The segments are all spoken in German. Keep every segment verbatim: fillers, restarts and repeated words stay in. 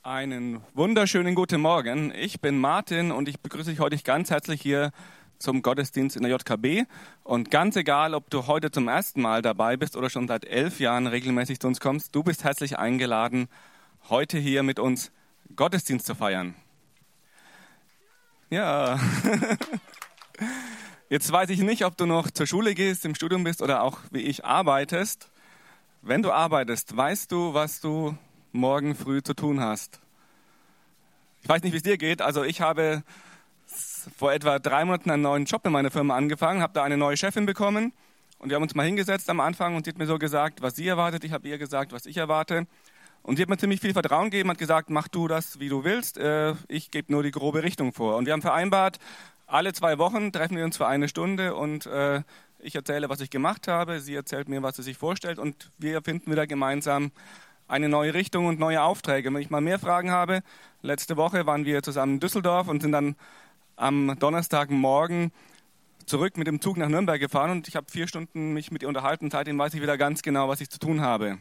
Einen wunderschönen guten Morgen. Ich bin Martin und ich begrüße dich heute ganz herzlich hier zum Gottesdienst in der J K B. Und ganz egal, ob du heute zum ersten Mal dabei bist oder schon seit elf Jahren regelmäßig zu uns kommst, du bist herzlich eingeladen, heute hier mit uns Gottesdienst zu feiern. Ja, jetzt weiß ich nicht, ob du noch zur Schule gehst, im Studium bist oder auch wie ich arbeitest. Wenn du arbeitest, weißt du, was du morgen früh zu tun hast? Ich weiß nicht, wie es dir geht. Also ich habe vor etwa drei Monaten einen neuen Job in meiner Firma angefangen, habe da eine neue Chefin bekommen und wir haben uns mal hingesetzt am Anfang und sie hat mir so gesagt, was sie erwartet. Ich habe ihr gesagt, was ich erwarte. Und sie hat mir ziemlich viel Vertrauen gegeben, hat gesagt, mach du das, wie du willst. Ich gebe nur die grobe Richtung vor. Und wir haben vereinbart, alle zwei Wochen treffen wir uns für eine Stunde und ich erzähle, was ich gemacht habe. Sie erzählt mir, was sie sich vorstellt und wir finden wieder gemeinsam eine neue Richtung und neue Aufträge. Wenn ich mal mehr Fragen habe, letzte Woche waren wir zusammen in Düsseldorf und sind dann am Donnerstagmorgen zurück mit dem Zug nach Nürnberg gefahren und ich habe vier Stunden mich mit ihr unterhalten. Seitdem weiß ich wieder ganz genau, was ich zu tun habe.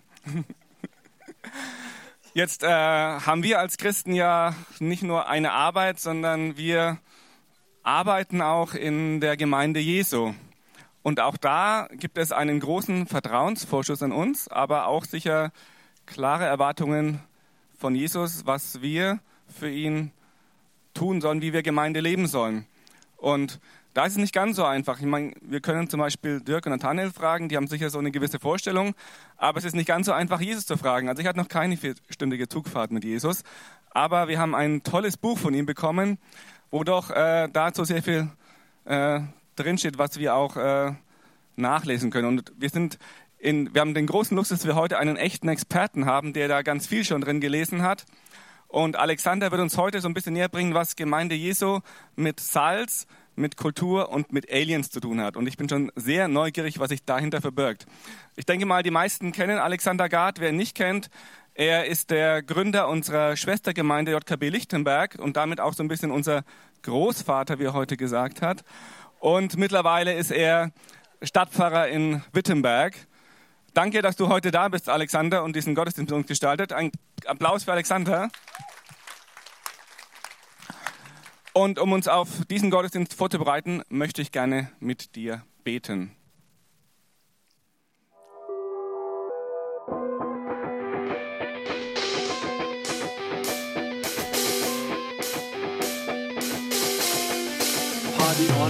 Jetzt äh, haben wir als Christen ja nicht nur eine Arbeit, sondern wir arbeiten auch in der Gemeinde Jesu. Und auch da gibt es einen großen Vertrauensvorschuss an uns, aber auch sicher klare Erwartungen von Jesus, was wir für ihn tun sollen, wie wir Gemeinde leben sollen. Und da ist es nicht ganz so einfach. Ich meine, wir können zum Beispiel Dirk und Nathanael fragen, die haben sicher so eine gewisse Vorstellung, aber es ist nicht ganz so einfach, Jesus zu fragen. Also ich hatte noch keine vierstündige Zugfahrt mit Jesus, aber wir haben ein tolles Buch von ihm bekommen, wo doch äh, dazu sehr viel äh, drinsteht, was wir auch äh, nachlesen können. Und wir sind In, wir haben den großen Luxus, dass wir heute einen echten Experten haben, der da ganz viel schon drin gelesen hat. Und Alexander wird uns heute so ein bisschen näher bringen, was Gemeinde Jesu mit Salz, mit Kultur und mit Aliens zu tun hat. Und ich bin schon sehr neugierig, was sich dahinter verbirgt. Ich denke mal, die meisten kennen Alexander Gard. Wer ihn nicht kennt, er ist der Gründer unserer Schwestergemeinde J K B Lichtenberg und damit auch so ein bisschen unser Großvater, wie er heute gesagt hat. Und mittlerweile ist er Stadtpfarrer in Wittenberg. Danke, dass du heute da bist, Alexander, und diesen Gottesdienst mit uns gestaltet. Ein Applaus für Alexander. Und um uns auf diesen Gottesdienst vorzubereiten, möchte ich gerne mit dir beten. Party on.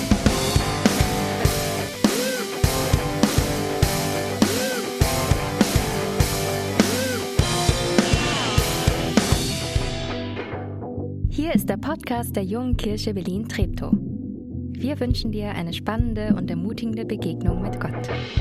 Hier ist der Podcast der Jungen Kirche Berlin-Treptow. Wir wünschen dir eine spannende und ermutigende Begegnung mit Gott.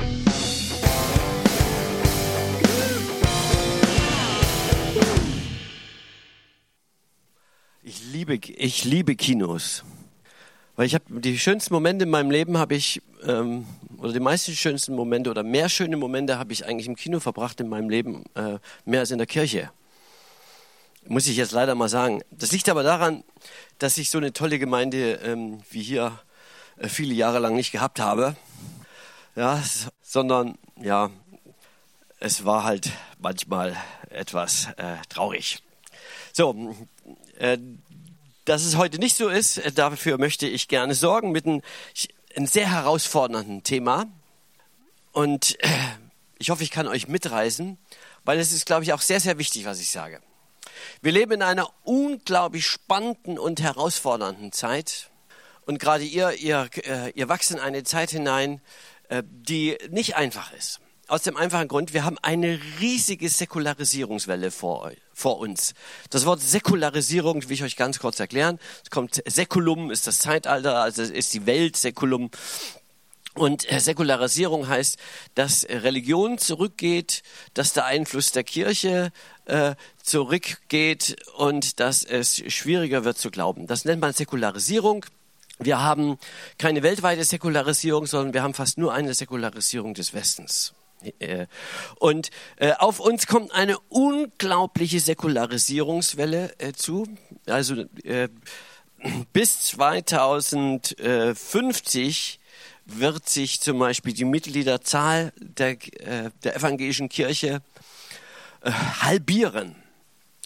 Ich liebe, ich liebe Kinos, weil ich habe die schönsten Momente in meinem Leben habe ich ähm, oder die meisten schönsten Momente oder mehr schöne Momente habe ich eigentlich im Kino verbracht in meinem Leben, äh, mehr als in der Kirche. Muss ich jetzt leider mal sagen. Das liegt aber daran, dass ich so eine tolle Gemeinde ähm, wie hier äh, viele Jahre lang nicht gehabt habe. Ja, s- sondern ja, es war halt manchmal etwas äh, traurig. So, äh, dass es heute nicht so ist, äh, dafür möchte ich gerne sorgen mit einem, einem sehr herausfordernden Thema. Und äh, ich hoffe, ich kann euch mitreißen, weil es ist, glaube ich, auch sehr, sehr wichtig, was ich sage. Wir leben in einer unglaublich spannenden und herausfordernden Zeit. Und gerade ihr, ihr, ihr wachst in eine Zeit hinein, die nicht einfach ist. Aus dem einfachen Grund, wir haben eine riesige Säkularisierungswelle vor, vor uns. Das Wort Säkularisierung will ich euch ganz kurz erklären. Es kommt Säkulum, ist das Zeitalter, also ist die Welt, Säkulum. Und Säkularisierung heißt, dass Religion zurückgeht, dass der Einfluss der Kirche äh, zurückgeht und dass es schwieriger wird zu glauben. Das nennt man Säkularisierung. Wir haben keine weltweite Säkularisierung, sondern wir haben fast nur eine Säkularisierung des Westens. Und äh, auf uns kommt eine unglaubliche Säkularisierungswelle äh, zu. Also äh, bis zweitausendfünfzig wird sich zum Beispiel die Mitgliederzahl der, äh, der evangelischen Kirche äh, halbieren.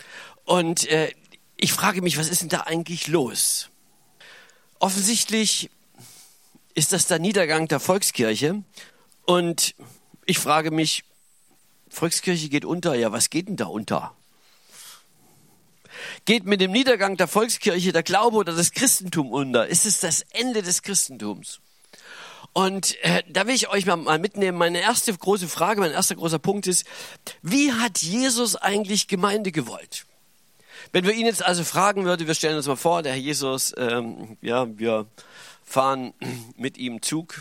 Und äh, ich frage mich, was ist denn da eigentlich los? Offensichtlich ist das der Niedergang der Volkskirche. Und ich frage mich, Volkskirche geht unter, ja, was geht denn da unter? Geht mit dem Niedergang der Volkskirche der Glaube oder das Christentum unter? Ist es das Ende des Christentums? Und äh, da will ich euch mal, mal mitnehmen. Meine erste große Frage, mein erster großer Punkt ist, wie hat Jesus eigentlich Gemeinde gewollt? Wenn wir ihn jetzt also fragen würden, wir stellen uns mal vor, der Herr Jesus, ähm, ja, wir fahren mit ihm Zug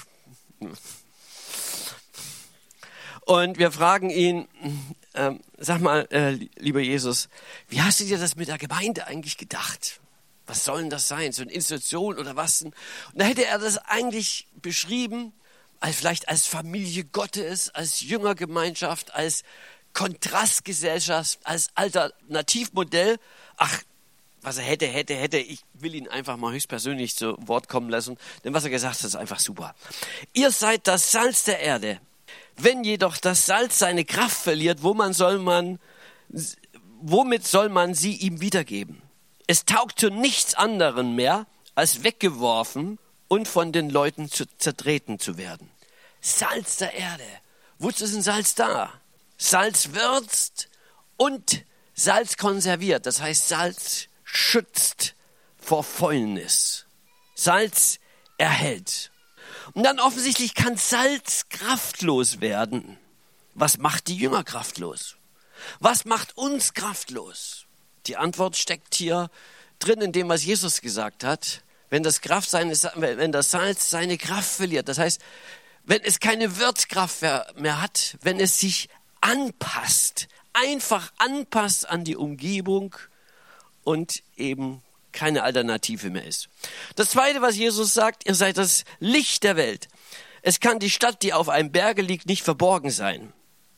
und wir fragen ihn, ähm, sag mal, äh, lieber Jesus, wie hast du dir das mit der Gemeinde eigentlich gedacht? Was soll denn das sein? So eine Institution oder was? Und da hätte er das eigentlich beschrieben, als vielleicht als Familie Gottes, als Jüngergemeinschaft, als Kontrastgesellschaft, als Alternativmodell. Ach, was er hätte, hätte, hätte, ich will ihn einfach mal höchstpersönlich zu Wort kommen lassen, denn was er gesagt hat, ist einfach super. Ihr seid das Salz der Erde. Wenn jedoch das Salz seine Kraft verliert, wo man soll man, womit soll man sie ihm wiedergeben? Es taugt zu nichts anderem mehr, als weggeworfen und von den Leuten zu, zertreten zu werden. Salz der Erde. Wozu ist ein Salz da? Salz würzt und Salz konserviert. Das heißt, Salz schützt vor Fäulnis. Salz erhält. Und dann offensichtlich kann Salz kraftlos werden. Was macht die Jünger kraftlos? Was macht uns kraftlos? Die Antwort steckt hier drin in dem, was Jesus gesagt hat. Wenn das, Kraft seine, wenn das Salz seine Kraft verliert, das heißt, wenn es keine Würzkraft mehr hat, wenn es sich anpasst, einfach anpasst an die Umgebung und eben keine Alternative mehr ist. Das Zweite, was Jesus sagt, ihr seid das Licht der Welt. Es kann die Stadt, die auf einem Berge liegt, nicht verborgen sein.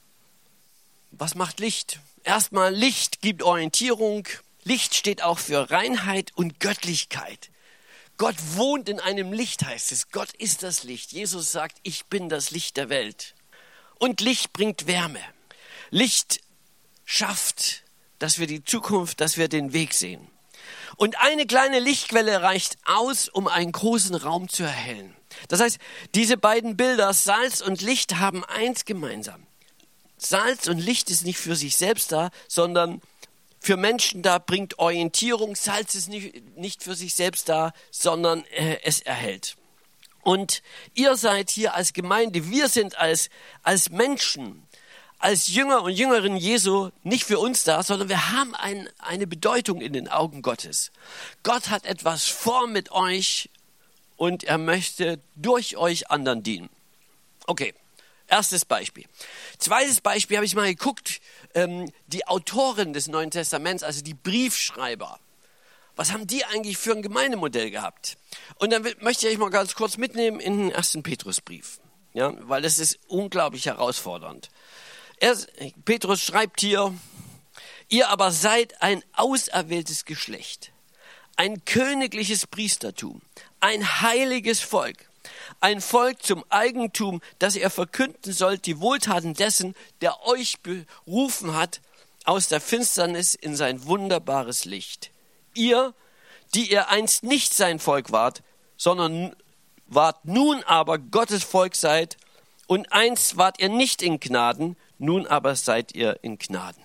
Was macht Licht? Erstmal, Licht gibt Orientierung. Licht steht auch für Reinheit und Göttlichkeit. Gott wohnt in einem Licht, heißt es. Gott ist das Licht. Jesus sagt, ich bin das Licht der Welt. Und Licht bringt Wärme. Licht schafft, dass wir die Zukunft, dass wir den Weg sehen. Und eine kleine Lichtquelle reicht aus, um einen großen Raum zu erhellen. Das heißt, diese beiden Bilder, Salz und Licht, haben eins gemeinsam. Salz und Licht ist nicht für sich selbst da, sondern für Menschen da, bringt Orientierung. Salz ist nicht, nicht für sich selbst da, sondern äh, es erhält. Und ihr seid hier als Gemeinde, wir sind als, als Menschen, als Jünger und Jüngerinnen Jesu nicht für uns da, sondern wir haben ein, eine Bedeutung in den Augen Gottes. Gott hat etwas vor mit euch und er möchte durch euch anderen dienen. Okay, erstes Beispiel. Zweites Beispiel habe ich mal geguckt, ähm, die Autoren des Neuen Testaments, also die Briefschreiber. Was haben die eigentlich für ein Gemeindemodell gehabt? Und dann möchte ich euch mal ganz kurz mitnehmen in den ersten Petrusbrief, ja, weil das ist unglaublich herausfordernd. Er, Petrus schreibt hier, ihr aber seid ein auserwähltes Geschlecht, ein königliches Priestertum, ein heiliges Volk, ein Volk zum Eigentum, das ihr verkünden sollt, die Wohltaten dessen, der euch berufen hat, aus der Finsternis in sein wunderbares Licht. Ihr, die ihr einst nicht sein Volk wart, sondern wart nun aber Gottes Volk seid, und einst wart ihr nicht in Gnaden, nun aber seid ihr in Gnaden.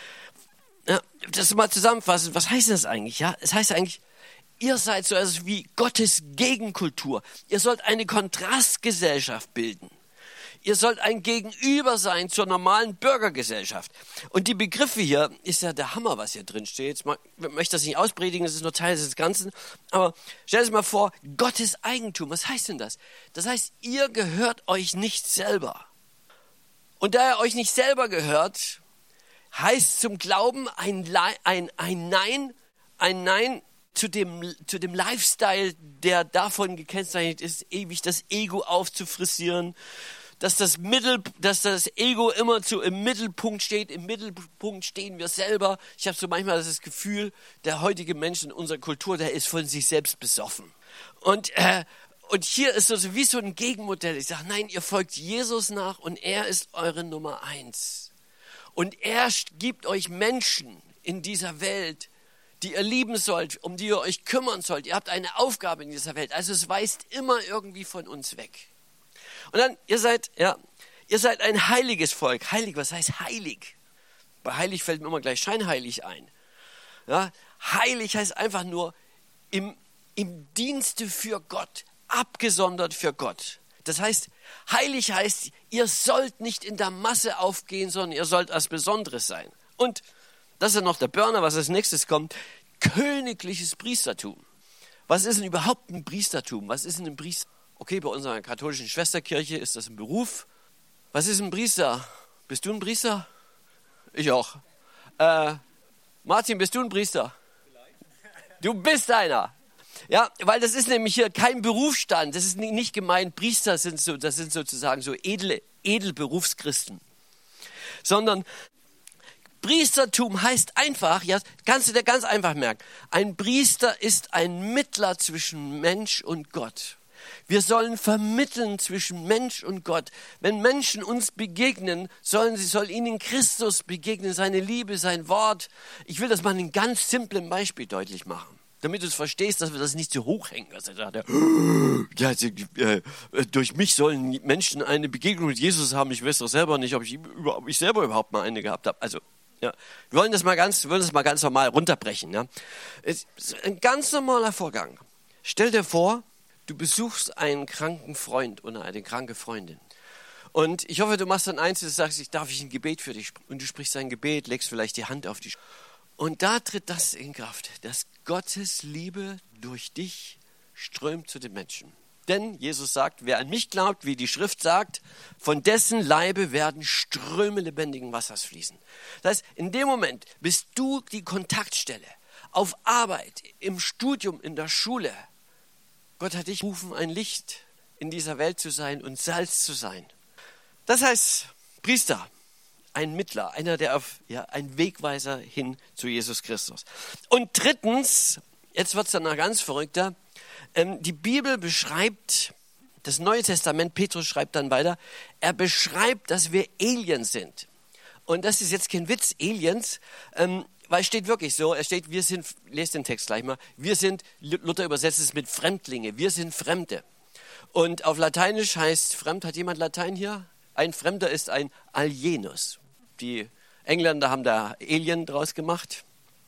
Ja, das mal zusammenfassen, was heißt das eigentlich? Ja, es heißt eigentlich, ihr seid so etwas wie Gottes Gegenkultur. Ihr sollt eine Kontrastgesellschaft bilden. Ihr sollt ein Gegenüber sein zur normalen Bürgergesellschaft. Und die Begriffe hier, ist ja der Hammer, was hier drin steht. Ich möchte das nicht auspredigen, das ist nur Teil des Ganzen. Aber stellt euch mal vor, Gottes Eigentum, was heißt denn das? Das heißt, ihr gehört euch nicht selber. Und da ihr euch nicht selber gehört, heißt zum Glauben ein, ein, ein Nein, ein Nein zu dem, zu dem Lifestyle, der davon gekennzeichnet ist, ewig das Ego aufzufrissieren, dass das, Mittel, dass das Ego immer zu, im Mittelpunkt steht. Im Mittelpunkt stehen wir selber. Ich habe so manchmal das Gefühl, der heutige Mensch in unserer Kultur, der ist von sich selbst besoffen. Und, äh, und hier ist so wie so ein Gegenmodell. Ich sage, nein, ihr folgt Jesus nach und er ist eure Nummer eins. Und er gibt euch Menschen, in dieser Welt, die ihr lieben sollt, um die ihr euch kümmern sollt. Ihr habt eine Aufgabe in dieser Welt. Also es weist immer irgendwie von uns weg. Und dann, ihr seid, ja, ihr seid ein heiliges Volk. Heilig, was heißt heilig? Bei heilig fällt mir immer gleich scheinheilig ein. Ja, heilig heißt einfach nur im, im Dienste für Gott, abgesondert für Gott. Das heißt, heilig heißt, ihr sollt nicht in der Masse aufgehen, sondern ihr sollt was Besonderes sein. Und das ist ja noch der Burner, was als nächstes kommt. Königliches Priestertum. Was ist denn überhaupt ein Priestertum? Was ist denn ein Priester? Okay, bei unserer katholischen Schwesterkirche ist das ein Beruf. Was ist ein Priester? Bist du ein Priester? Ich auch. Äh, Martin, bist du ein Priester? Du bist einer. Ja, weil das ist nämlich hier kein Berufsstand. Das ist nicht gemeint, Priester sind so, das sind sozusagen so edle, Edelberufschristen. Sondern Priestertum heißt einfach, ja, kannst du dir ganz einfach merken, ein Priester ist ein Mittler zwischen Mensch und Gott. Wir sollen vermitteln zwischen Mensch und Gott. Wenn Menschen uns begegnen, sollen sie soll ihnen Christus begegnen, seine Liebe, sein Wort. Ich will das mal in einem ganz simplen Beispiel deutlich machen, damit du es verstehst, dass wir das nicht so hochhängen. Also, ja, äh, durch mich sollen Menschen eine Begegnung mit Jesus haben. Ich weiß doch selber nicht, ob ich, ob ich selber überhaupt mal eine gehabt habe. Also, ja, wir wollen das mal ganz, wir wollen das mal ganz normal runterbrechen. Ja, es ist ein ganz normaler Vorgang. Stell dir vor, du besuchst einen kranken Freund oder eine kranke Freundin. Und ich hoffe, du machst dann eins, du sagst, ich darf ich ein Gebet für dich. Und du sprichst ein Gebet, legst vielleicht die Hand auf die Schulter. Und da tritt das in Kraft, dass Gottes Liebe durch dich strömt zu den Menschen. Denn Jesus sagt, wer an mich glaubt, wie die Schrift sagt, von dessen Leibe werden Ströme lebendigen Wassers fließen. Das heißt, in dem Moment bist du die Kontaktstelle auf Arbeit, im Studium, in der Schule. Gott hat dich berufen, ein Licht in dieser Welt zu sein und Salz zu sein. Das heißt, Priester, ein Mittler, einer, der auf, ja, ein Wegweiser hin zu Jesus Christus. Und drittens, jetzt wird es dann noch ganz verrückter, ähm, die Bibel beschreibt, das Neue Testament, Petrus schreibt dann weiter, er beschreibt, dass wir Aliens sind. Und das ist jetzt kein Witz, Aliens, ähm, weil es steht wirklich so, es steht, wir sind, lest den Text gleich mal, wir sind, Luther übersetzt es mit Fremdlinge, wir sind Fremde. Und auf Lateinisch heißt fremd, hat jemand Latein hier? Ein Fremder ist ein Alienus. Die Engländer haben da Alien draus gemacht.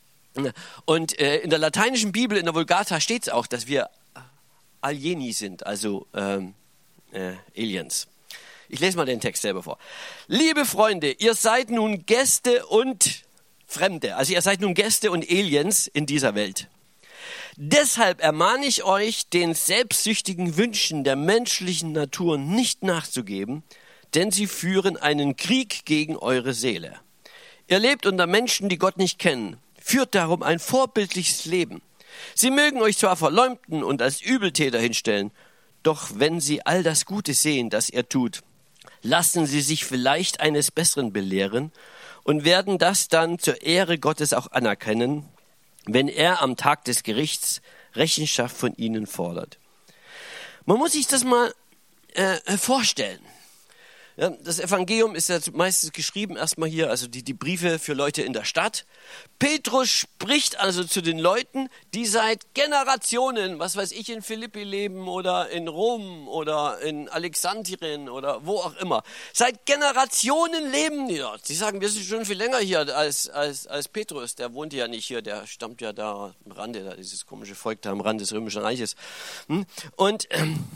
Und äh, in der lateinischen Bibel, in der Vulgata steht es auch, dass wir Alieni sind, also ähm, äh, Aliens. Ich lese mal den Text selber vor. Liebe Freunde, ihr seid nun Gäste und Fremde, also ihr seid nun Gäste und Aliens in dieser Welt. Deshalb ermahne ich euch, den selbstsüchtigen Wünschen der menschlichen Natur nicht nachzugeben, denn sie führen einen Krieg gegen eure Seele. Ihr lebt unter Menschen, die Gott nicht kennen. Führt darum ein vorbildliches Leben. Sie mögen euch zwar verleumden und als Übeltäter hinstellen, doch wenn sie all das Gute sehen, das ihr tut, lassen sie sich vielleicht eines Besseren belehren und werden das dann zur Ehre Gottes auch anerkennen, wenn er am Tag des Gerichts Rechenschaft von ihnen fordert. Man muss sich das mal äh, vorstellen. Ja, das Evangelium ist ja meistens geschrieben, erstmal hier, also die, die Briefe für Leute in der Stadt. Petrus spricht also zu den Leuten, die seit Generationen, was weiß ich, in Philippi leben oder in Rom oder in Alexandrien oder wo auch immer. Seit Generationen leben die dort. Sie sagen, wir sind schon viel länger hier als, als, als Petrus. Der wohnt ja nicht hier, der stammt ja da am Rande, da dieses komische Volk da am Rand des Römischen Reiches. Und,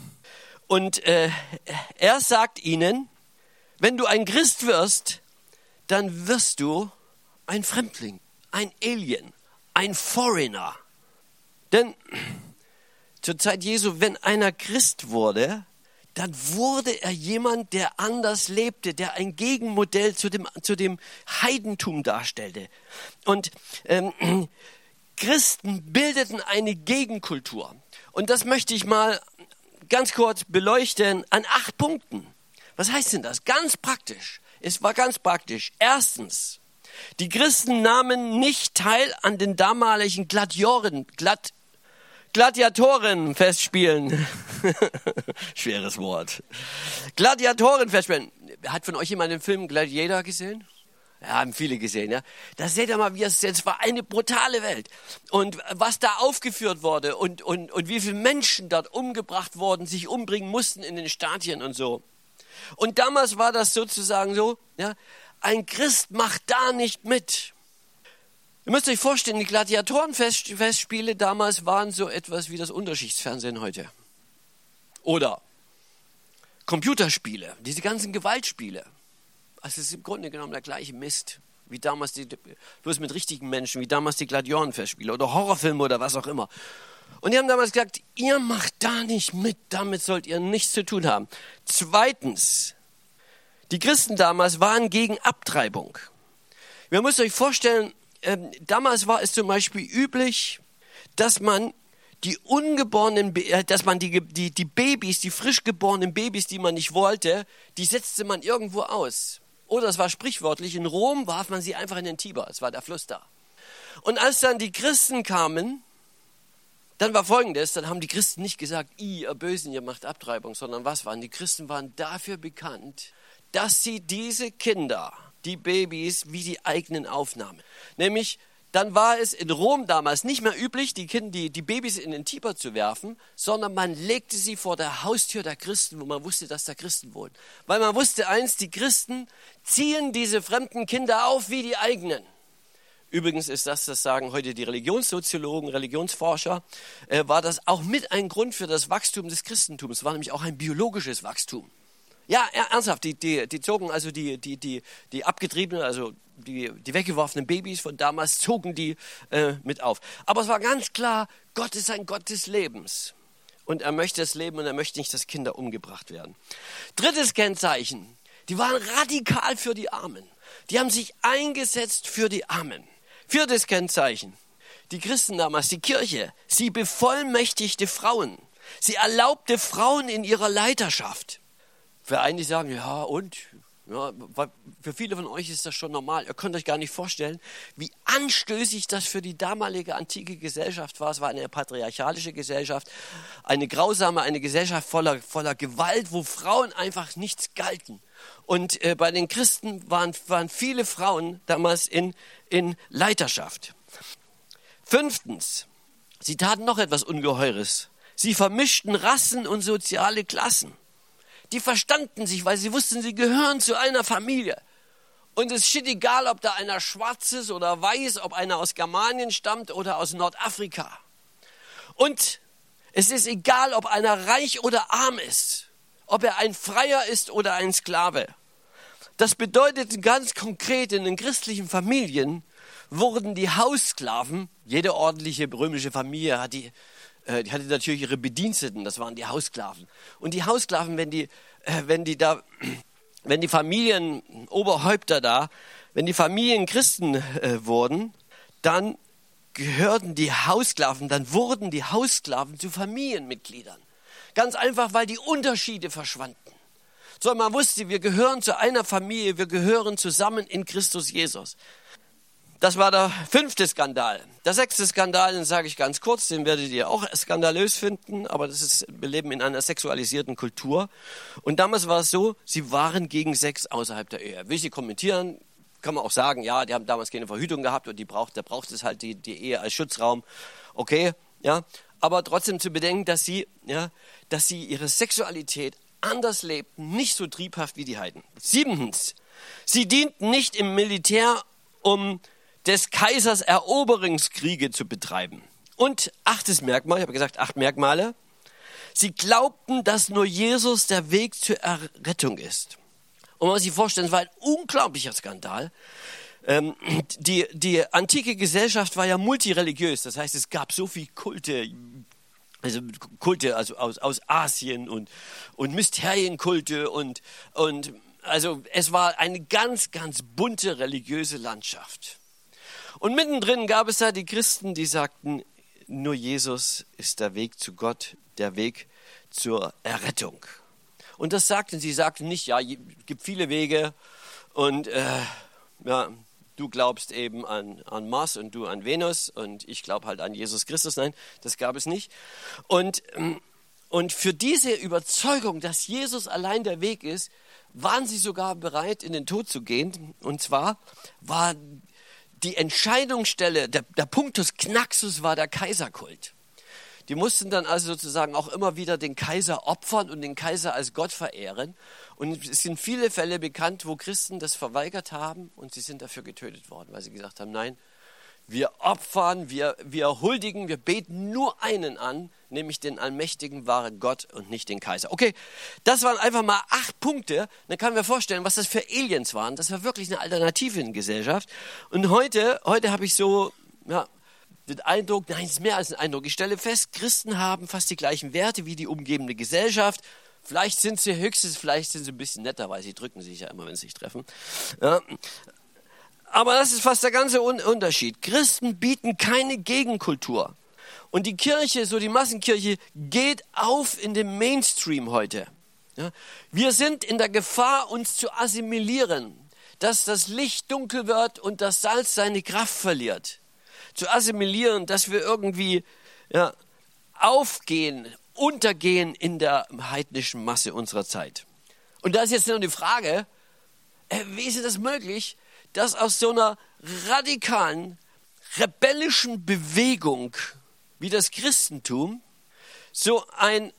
und äh, er sagt ihnen, wenn du ein Christ wirst, dann wirst du ein Fremdling, ein Alien, ein Foreigner. Denn zur Zeit Jesu, wenn einer Christ wurde, dann wurde er jemand, der anders lebte, der ein Gegenmodell zu dem, zu dem Heidentum darstellte. Und ähm, Christen bildeten eine Gegenkultur. Und das möchte ich mal ganz kurz beleuchten an acht Punkten. Was heißt denn das? Ganz praktisch. Es war ganz praktisch. Erstens, die Christen nahmen nicht teil an den damaligen Gladiatoren, Glad, Gladiatorenfestspielen. Schweres Wort. Gladiatorenfestspielen. Hat von euch jemand den Film Gladiator gesehen? Ja, haben viele gesehen, ja. Da seht ihr mal, wie es jetzt war, eine brutale Welt. Und was da aufgeführt wurde und, und, und wie viele Menschen dort umgebracht wurden, sich umbringen mussten in den Stadien und so. Und damals war das sozusagen so, ja, ein Christ macht da nicht mit. Ihr müsst euch vorstellen, die Gladiatorenfestspiele damals waren so etwas wie das Unterschichtsfernsehen heute. Oder Computerspiele, diese ganzen Gewaltspiele. Also es ist im Grunde genommen der gleiche Mist, wie damals die, bloß mit richtigen Menschen, wie damals die Gladiatorenfestspiele oder Horrorfilme oder was auch immer. Und die haben damals gesagt, ihr macht da nicht mit, damit sollt ihr nichts zu tun haben. Zweitens, die Christen damals waren gegen Abtreibung. Wir müssen euch vorstellen, äh, damals war es zum Beispiel üblich, dass man die ungeborenen, dass man die, die, die Babys, die frisch geborenen Babys, die man nicht wollte, die setzte man irgendwo aus. Oder es war sprichwörtlich, in Rom warf man sie einfach in den Tiber, es war der Fluss da. Und als dann die Christen kamen, dann war Folgendes, dann haben die Christen nicht gesagt, ihr Bösen, ihr macht Abtreibung, sondern was waren? Die Christen waren dafür bekannt, dass sie diese Kinder, die Babys, wie die eigenen aufnahmen. Nämlich, dann war es in Rom damals nicht mehr üblich, die Kinder, die, die Babys in den Tiber zu werfen, sondern man legte sie vor der Haustür der Christen, wo man wusste, dass da Christen wohnen. Weil man wusste eins, die Christen ziehen diese fremden Kinder auf wie die eigenen. Übrigens ist das, das sagen heute die Religionssoziologen, Religionsforscher, äh, war das auch mit ein Grund für das Wachstum des Christentums. Es war nämlich auch ein biologisches Wachstum. Ja, ernsthaft, die, die, die zogen also die, die, die, die abgetriebenen, also die, die weggeworfenen Babys von damals, zogen die äh, mit auf. Aber es war ganz klar, Gott ist ein Gott des Lebens. Und er möchte das Leben und er möchte nicht, dass Kinder umgebracht werden. Drittes Kennzeichen, die waren radikal für die Armen. Die haben sich eingesetzt für die Armen. Viertes Kennzeichen, die Christen damals, die Kirche, sie bevollmächtigte Frauen. Sie erlaubte Frauen in ihrer Leiterschaft. Für einige sagen, ja und? Ja, für viele von euch ist das schon normal. Ihr könnt euch gar nicht vorstellen, wie anstößig das für die damalige antike Gesellschaft war. Es war eine patriarchalische Gesellschaft, eine grausame, eine Gesellschaft voller, voller Gewalt, wo Frauen einfach nichts galten. Und äh, bei den Christen waren, waren viele Frauen damals in, in Leiterschaft. Fünftens, sie taten noch etwas Ungeheures. Sie vermischten Rassen und soziale Klassen. Die verstanden sich, weil sie wussten, sie gehören zu einer Familie. Und es ist egal, ob da einer schwarz ist oder weiß, ob einer aus Germanien stammt oder aus Nordafrika. Und es ist egal, ob einer reich oder arm ist, ob er ein Freier ist oder ein Sklave. Das bedeutet ganz konkret, in den christlichen Familien wurden die Haussklaven, jede ordentliche römische Familie hat die, äh, die hatte natürlich ihre Bediensteten, das waren die Haussklaven. Und die Haussklaven, wenn die, äh, wenn die da, wenn die Familienoberhäupter da, wenn die Familien Christen äh, wurden, dann gehörten die Haussklaven, dann wurden die Haussklaven zu Familienmitgliedern. Ganz einfach, weil die Unterschiede verschwanden. So, man wusste, wir gehören zu einer Familie, wir gehören zusammen in Christus Jesus. Das war der fünfte Skandal. Der sechste Skandal, den sage ich ganz kurz, den werdet ihr auch skandalös finden, aber das ist, wir leben in einer sexualisierten Kultur. Und damals war es so, sie waren gegen Sex außerhalb der Ehe. Will ich Sie kommentieren? Kann man auch sagen, ja, die haben damals keine Verhütung gehabt und die braucht, da braucht es halt die, die Ehe als Schutzraum. Okay, ja. Aber trotzdem zu bedenken, dass sie, ja, dass sie ihre Sexualität anders lebten, nicht so triebhaft wie die Heiden. Siebtens, sie dienten nicht im Militär, um des Kaisers Eroberungskriege zu betreiben. Und achtes Merkmal, ich habe gesagt, acht Merkmale, sie glaubten, dass nur Jesus der Weg zur Errettung ist. Und man muss sich vorstellen, es war ein unglaublicher Skandal. Ähm, die, die antike Gesellschaft war ja multireligiös, das heißt, es gab so viele Kulte, also Kulte also aus, aus Asien und, und Mysterienkulte und, und also es war eine ganz, ganz bunte religiöse Landschaft. Und mittendrin gab es da die Christen, die sagten, nur Jesus ist der Weg zu Gott, der Weg zur Errettung. Und das sagten sie, sagten nicht, ja, es gibt viele Wege und äh, ja, du glaubst eben an, an Mars und du an Venus und ich glaube halt an Jesus Christus. Nein, das gab es nicht. Und, und für diese Überzeugung, dass Jesus allein der Weg ist, waren sie sogar bereit, in den Tod zu gehen. Und zwar war die Entscheidungsstelle, der, der Punctus Knaxus war der Kaiserkult. Die mussten dann also sozusagen auch immer wieder den Kaiser opfern und den Kaiser als Gott verehren. Und es sind viele Fälle bekannt, wo Christen das verweigert haben und sie sind dafür getötet worden, weil sie gesagt haben, nein, wir opfern, wir, wir huldigen, wir beten nur einen an, nämlich den allmächtigen, wahren Gott und nicht den Kaiser. Okay, das waren einfach mal acht Punkte. Dann kann man mir vorstellen, was das für Aliens waren. Das war wirklich eine Alternative in der Gesellschaft. Und heute, heute habe ich so ja, den Eindruck, nein, es ist mehr als ein Eindruck. Ich stelle fest, Christen haben fast die gleichen Werte wie die umgebende Gesellschaft. Vielleicht sind sie höchstens, vielleicht sind sie ein bisschen netter, weil sie drücken sich ja immer, wenn sie sich treffen. Ja. Aber das ist fast der ganze Unterschied. Christen bieten keine Gegenkultur. Und die Kirche, so die Massenkirche, geht auf in den Mainstream heute. Ja? Wir sind in der Gefahr, uns zu assimilieren, dass das Licht dunkel wird und das Salz seine Kraft verliert. Zu assimilieren, dass wir irgendwie ja, aufgehen, untergehen in der heidnischen Masse unserer Zeit. Und da ist jetzt nur die Frage, äh, wie ist das möglich, dass aus so einer radikalen, rebellischen Bewegung wie das Christentum so ein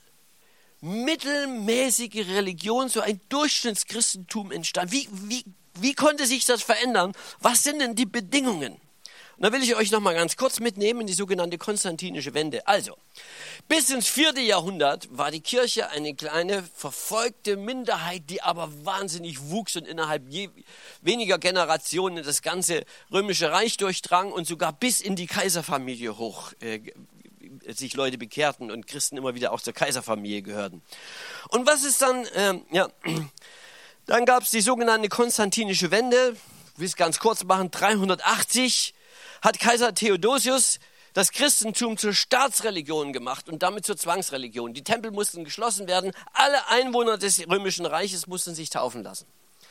mittelmäßige Religion, so ein Durchschnittschristentum entstand. Wie, wie, wie konnte sich das verändern? Was sind denn die Bedingungen? Und da will ich euch noch mal ganz kurz mitnehmen in die sogenannte konstantinische Wende. Also, bis ins vierte Jahrhundert war die Kirche eine kleine, verfolgte Minderheit, die aber wahnsinnig wuchs und innerhalb je, weniger Generationen das ganze römische Reich durchdrang und sogar bis in die Kaiserfamilie hoch äh, sich Leute bekehrten und Christen immer wieder auch zur Kaiserfamilie gehörten. Und was ist dann, ähm, ja, dann gab es die sogenannte konstantinische Wende, ich will es ganz kurz machen, dreihundertachtzig hat Kaiser Theodosius das Christentum zur Staatsreligion gemacht und damit zur Zwangsreligion. Die Tempel mussten geschlossen werden, alle Einwohner des römischen Reiches mussten sich taufen lassen.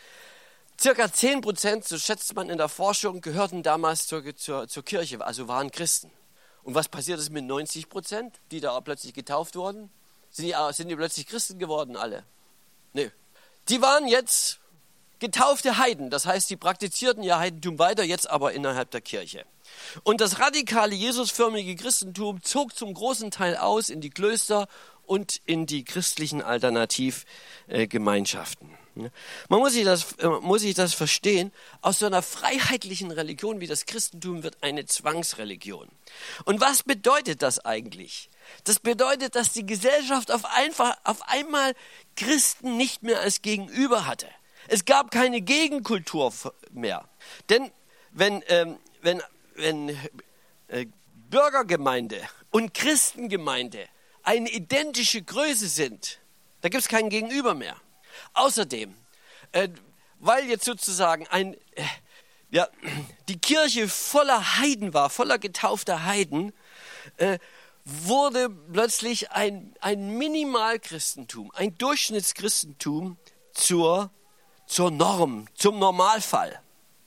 Circa zehn Prozent, so schätzt man in der Forschung, gehörten damals zur, zur, zur Kirche, also waren Christen. Und was passiert ist mit neunzig Prozent, die da plötzlich getauft wurden? Sind die, sind die plötzlich Christen geworden, alle? Nö. Die waren jetzt getaufte Heiden, das heißt, die praktizierten ihr Heidentum weiter, jetzt aber innerhalb der Kirche. Und das radikale, Jesusförmige Christentum zog zum großen Teil aus in die Klöster und in die christlichen Alternativgemeinschaften. Man muss sich das, muss sich das verstehen, aus so einer freiheitlichen Religion wie das Christentum wird eine Zwangsreligion. Und was bedeutet das eigentlich? Das bedeutet, dass die Gesellschaft auf, einfach, auf einmal Christen nicht mehr als Gegenüber hatte. Es gab keine Gegenkultur mehr. Denn wenn, ähm, wenn, wenn äh, Bürgergemeinde und Christengemeinde eine identische Größe sind, da gibt es kein Gegenüber mehr. Außerdem, äh, weil jetzt sozusagen ein, äh, ja, die Kirche voller Heiden war, voller getaufter Heiden, äh, wurde plötzlich ein, ein Minimalchristentum, ein Durchschnittschristentum zur, zur Norm, zum Normalfall.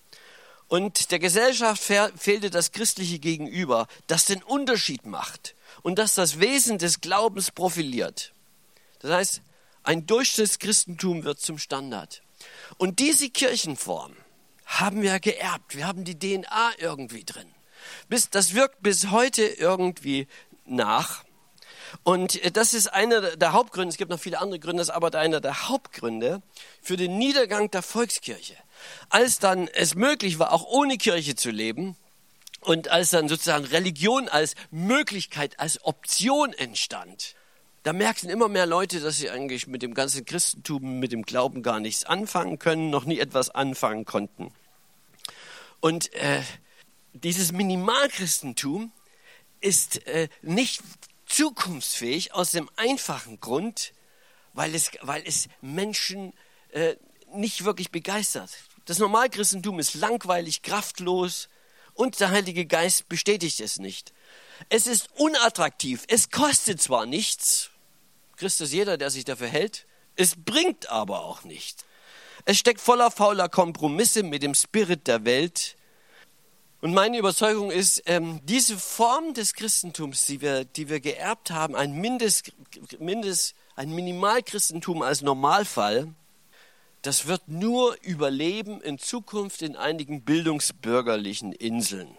Und der Gesellschaft fehlte das christliche Gegenüber, das den Unterschied macht und das das Wesen des Glaubens profiliert. Das heißt, ein Durchschnittschristentum wird zum Standard. Und diese Kirchenform haben wir geerbt. Wir haben die D N A irgendwie drin. Bis, das wirkt bis heute irgendwie nach. Und das ist einer der Hauptgründe, es gibt noch viele andere Gründe, das ist aber einer der Hauptgründe für den Niedergang der Volkskirche. Als dann es möglich war, auch ohne Kirche zu leben und als dann sozusagen Religion als Möglichkeit, als Option entstand, da merkten immer mehr Leute, dass sie eigentlich mit dem ganzen Christentum, mit dem Glauben gar nichts anfangen können, noch nie etwas anfangen konnten. Und äh, dieses Minimalchristentum ist äh, nicht zukunftsfähig aus dem einfachen Grund, weil es, weil es Menschen äh, nicht wirklich begeistert. Das Normalchristentum ist langweilig, kraftlos und der Heilige Geist bestätigt es nicht. Es ist unattraktiv, es kostet zwar nichts, Christus jeder, der sich dafür hält, es bringt aber auch nichts. Es steckt voller fauler Kompromisse mit dem Spirit der Welt. Und meine Überzeugung ist, ähm, diese Form des Christentums, die wir, die wir geerbt haben, ein Mindest, Mindest, ein Minimalchristentum als Normalfall, das wird nur überleben in Zukunft in einigen bildungsbürgerlichen Inseln.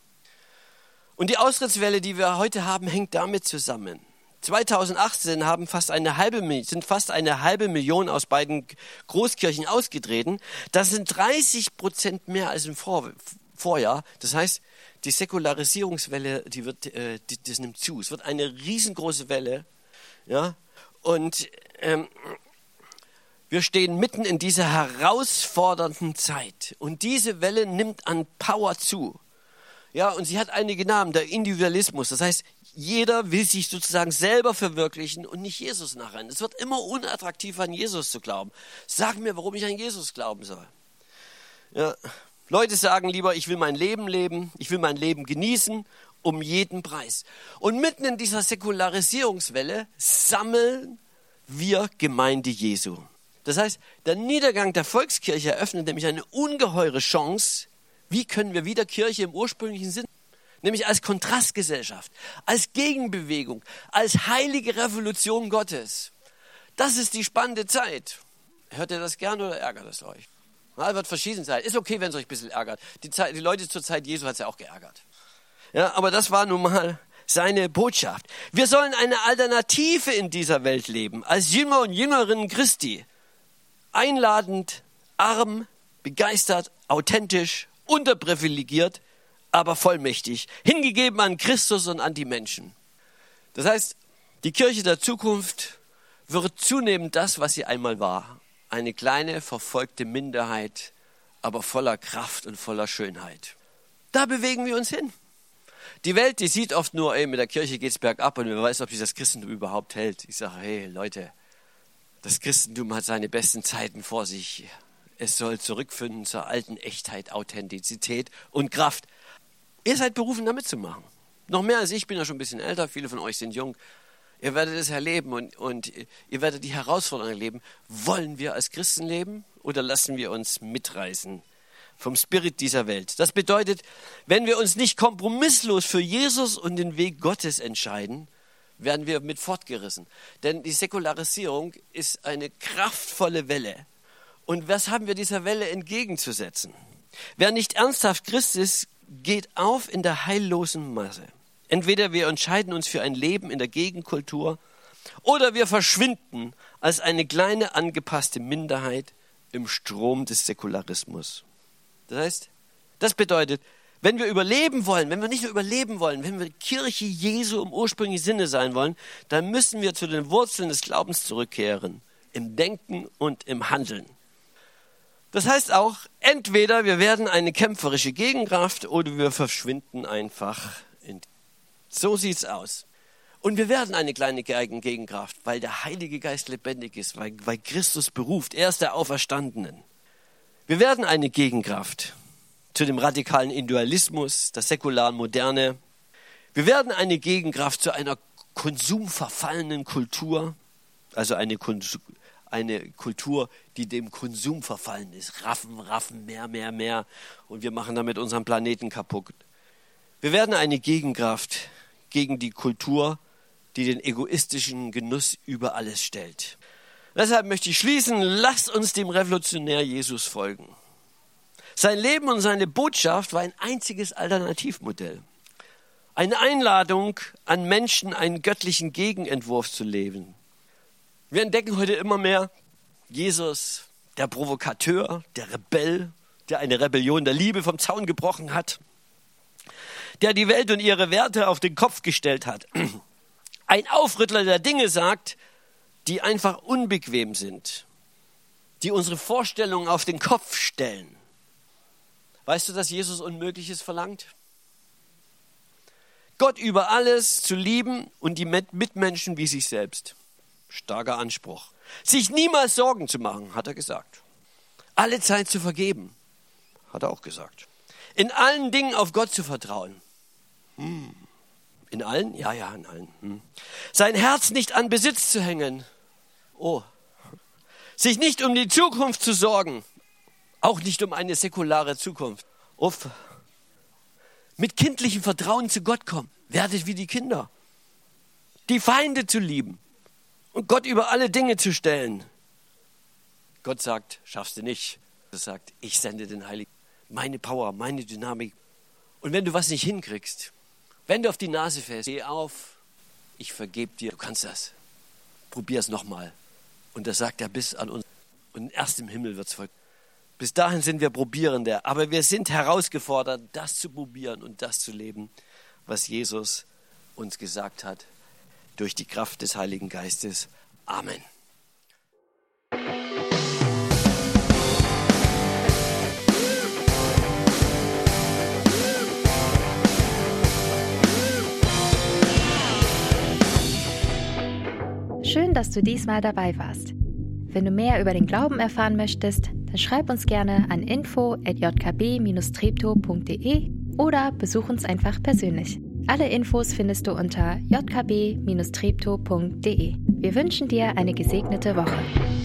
Und die Austrittswelle, die wir heute haben, hängt damit zusammen. zweitausendachtzehn haben fast eine halbe, sind fast eine halbe Million aus beiden Großkirchen ausgetreten. Das sind dreißig Prozent mehr als im Vor- Vorjahr. Das heißt, die Säkularisierungswelle, die wird, äh, die, das nimmt zu. Es wird eine riesengroße Welle. Ja? Und ähm, wir stehen mitten in dieser herausfordernden Zeit. Und diese Welle nimmt an Power zu. Ja, und sie hat einige Namen, der Individualismus. Das heißt, jeder will sich sozusagen selber verwirklichen und nicht Jesus nachrennen. Es wird immer unattraktiver, an Jesus zu glauben. Sag mir, warum ich an Jesus glauben soll. Ja, Leute sagen lieber, ich will mein Leben leben, ich will mein Leben genießen, um jeden Preis. Und mitten in dieser Säkularisierungswelle sammeln wir Gemeinde Jesu. Das heißt, der Niedergang der Volkskirche eröffnet nämlich eine ungeheure Chance. Wie können wir wieder Kirche im ursprünglichen Sinn, nämlich als Kontrastgesellschaft, als Gegenbewegung, als heilige Revolution Gottes. Das ist die spannende Zeit. Hört ihr das gern oder ärgert es euch? Es wird verschieden sein. Ist okay, wenn es euch ein bisschen ärgert. Die, Zeit, die Leute zur Zeit Jesu hat es ja auch geärgert. Ja, aber das war nun mal seine Botschaft. Wir sollen eine Alternative in dieser Welt leben, als Jünger und Jüngerinnen Christi. Einladend, arm, begeistert, authentisch, unterprivilegiert, aber vollmächtig, hingegeben an Christus und an die Menschen. Das heißt, die Kirche der Zukunft wird zunehmend das, was sie einmal war. Eine kleine, verfolgte Minderheit, aber voller Kraft und voller Schönheit. Da bewegen wir uns hin. Die Welt, die sieht oft nur, ey, mit der Kirche geht's bergab und wer weiß, ob sich das Christentum überhaupt hält. Ich sage, hey Leute, das Christentum hat seine besten Zeiten vor sich. Es soll zurückfinden zur alten Echtheit, Authentizität und Kraft. Ihr seid berufen, da mitzumachen. Noch mehr als ich, ich bin ja schon ein bisschen älter, viele von euch sind jung. Ihr werdet es erleben und, und ihr werdet die Herausforderungen erleben. Wollen wir als Christen leben oder lassen wir uns mitreißen vom Spirit dieser Welt? Das bedeutet, wenn wir uns nicht kompromisslos für Jesus und den Weg Gottes entscheiden, werden wir mit fortgerissen. Denn die Säkularisierung ist eine kraftvolle Welle. Und was haben wir dieser Welle entgegenzusetzen? Wer nicht ernsthaft Christ ist, geht auf in der heillosen Masse. Entweder wir entscheiden uns für ein Leben in der Gegenkultur oder wir verschwinden als eine kleine angepasste Minderheit im Strom des Säkularismus. Das heißt, das bedeutet, wenn wir überleben wollen, wenn wir nicht nur überleben wollen, wenn wir Kirche Jesu im ursprünglichen Sinne sein wollen, dann müssen wir zu den Wurzeln des Glaubens zurückkehren, im Denken und im Handeln. Das heißt auch, entweder wir werden eine kämpferische Gegenkraft oder wir verschwinden einfach. In so sieht's aus. Und wir werden eine kleine Gegenkraft, weil der Heilige Geist lebendig ist, weil, weil Christus beruft. Er ist der Auferstandenen. Wir werden eine Gegenkraft zu dem radikalen Individualismus, der säkularen Moderne. Wir werden eine Gegenkraft zu einer konsumverfallenen Kultur, also eine Konsum Eine Kultur, die dem Konsum verfallen ist. Raffen, raffen, mehr, mehr, mehr. Und wir machen damit unseren Planeten kaputt. Wir werden eine Gegenkraft gegen die Kultur, die den egoistischen Genuss über alles stellt. Deshalb möchte ich schließen, lasst uns dem Revolutionär Jesus folgen. Sein Leben und seine Botschaft war ein einziges Alternativmodell. Eine Einladung an Menschen, einen göttlichen Gegenentwurf zu leben. Wir entdecken heute immer mehr Jesus, der Provokateur, der Rebell, der eine Rebellion der Liebe vom Zaun gebrochen hat, der die Welt und ihre Werte auf den Kopf gestellt hat. Ein Aufrüttler, der Dinge sagt, die einfach unbequem sind, die unsere Vorstellungen auf den Kopf stellen. Weißt du, dass Jesus Unmögliches verlangt? Gott über alles zu lieben und die Mitmenschen wie sich selbst. Starker Anspruch. Sich niemals Sorgen zu machen, hat er gesagt. Alle Zeit zu vergeben, hat er auch gesagt. In allen Dingen auf Gott zu vertrauen. Hm. In allen? Ja, ja, in allen. Hm. Sein Herz nicht an Besitz zu hängen. Oh. Sich nicht um die Zukunft zu sorgen. Auch nicht um eine säkulare Zukunft. Uff. Mit kindlichem Vertrauen zu Gott kommen. Werdet wie die Kinder. Die Feinde zu lieben. Und Gott über alle Dinge zu stellen. Gott sagt, schaffst du nicht. Er sagt, ich sende den Heiligen. Meine Power, meine Dynamik. Und wenn du was nicht hinkriegst, wenn du auf die Nase fällst, steh auf, ich vergebe dir, du kannst das. Probier es nochmal. Und das sagt er bis an uns. Und erst im Himmel wird es voll. Bis dahin sind wir Probierende, aber wir sind herausgefordert, das zu probieren und das zu leben, was Jesus uns gesagt hat, durch die Kraft des Heiligen Geistes. Amen. Schön, dass du diesmal dabei warst. Wenn du mehr über den Glauben erfahren möchtest, dann schreib uns gerne an info at j k b dash treptow punkt d e oder besuch uns einfach persönlich. Alle Infos findest du unter j k b dash treptow punkt d e. Wir wünschen dir eine gesegnete Woche.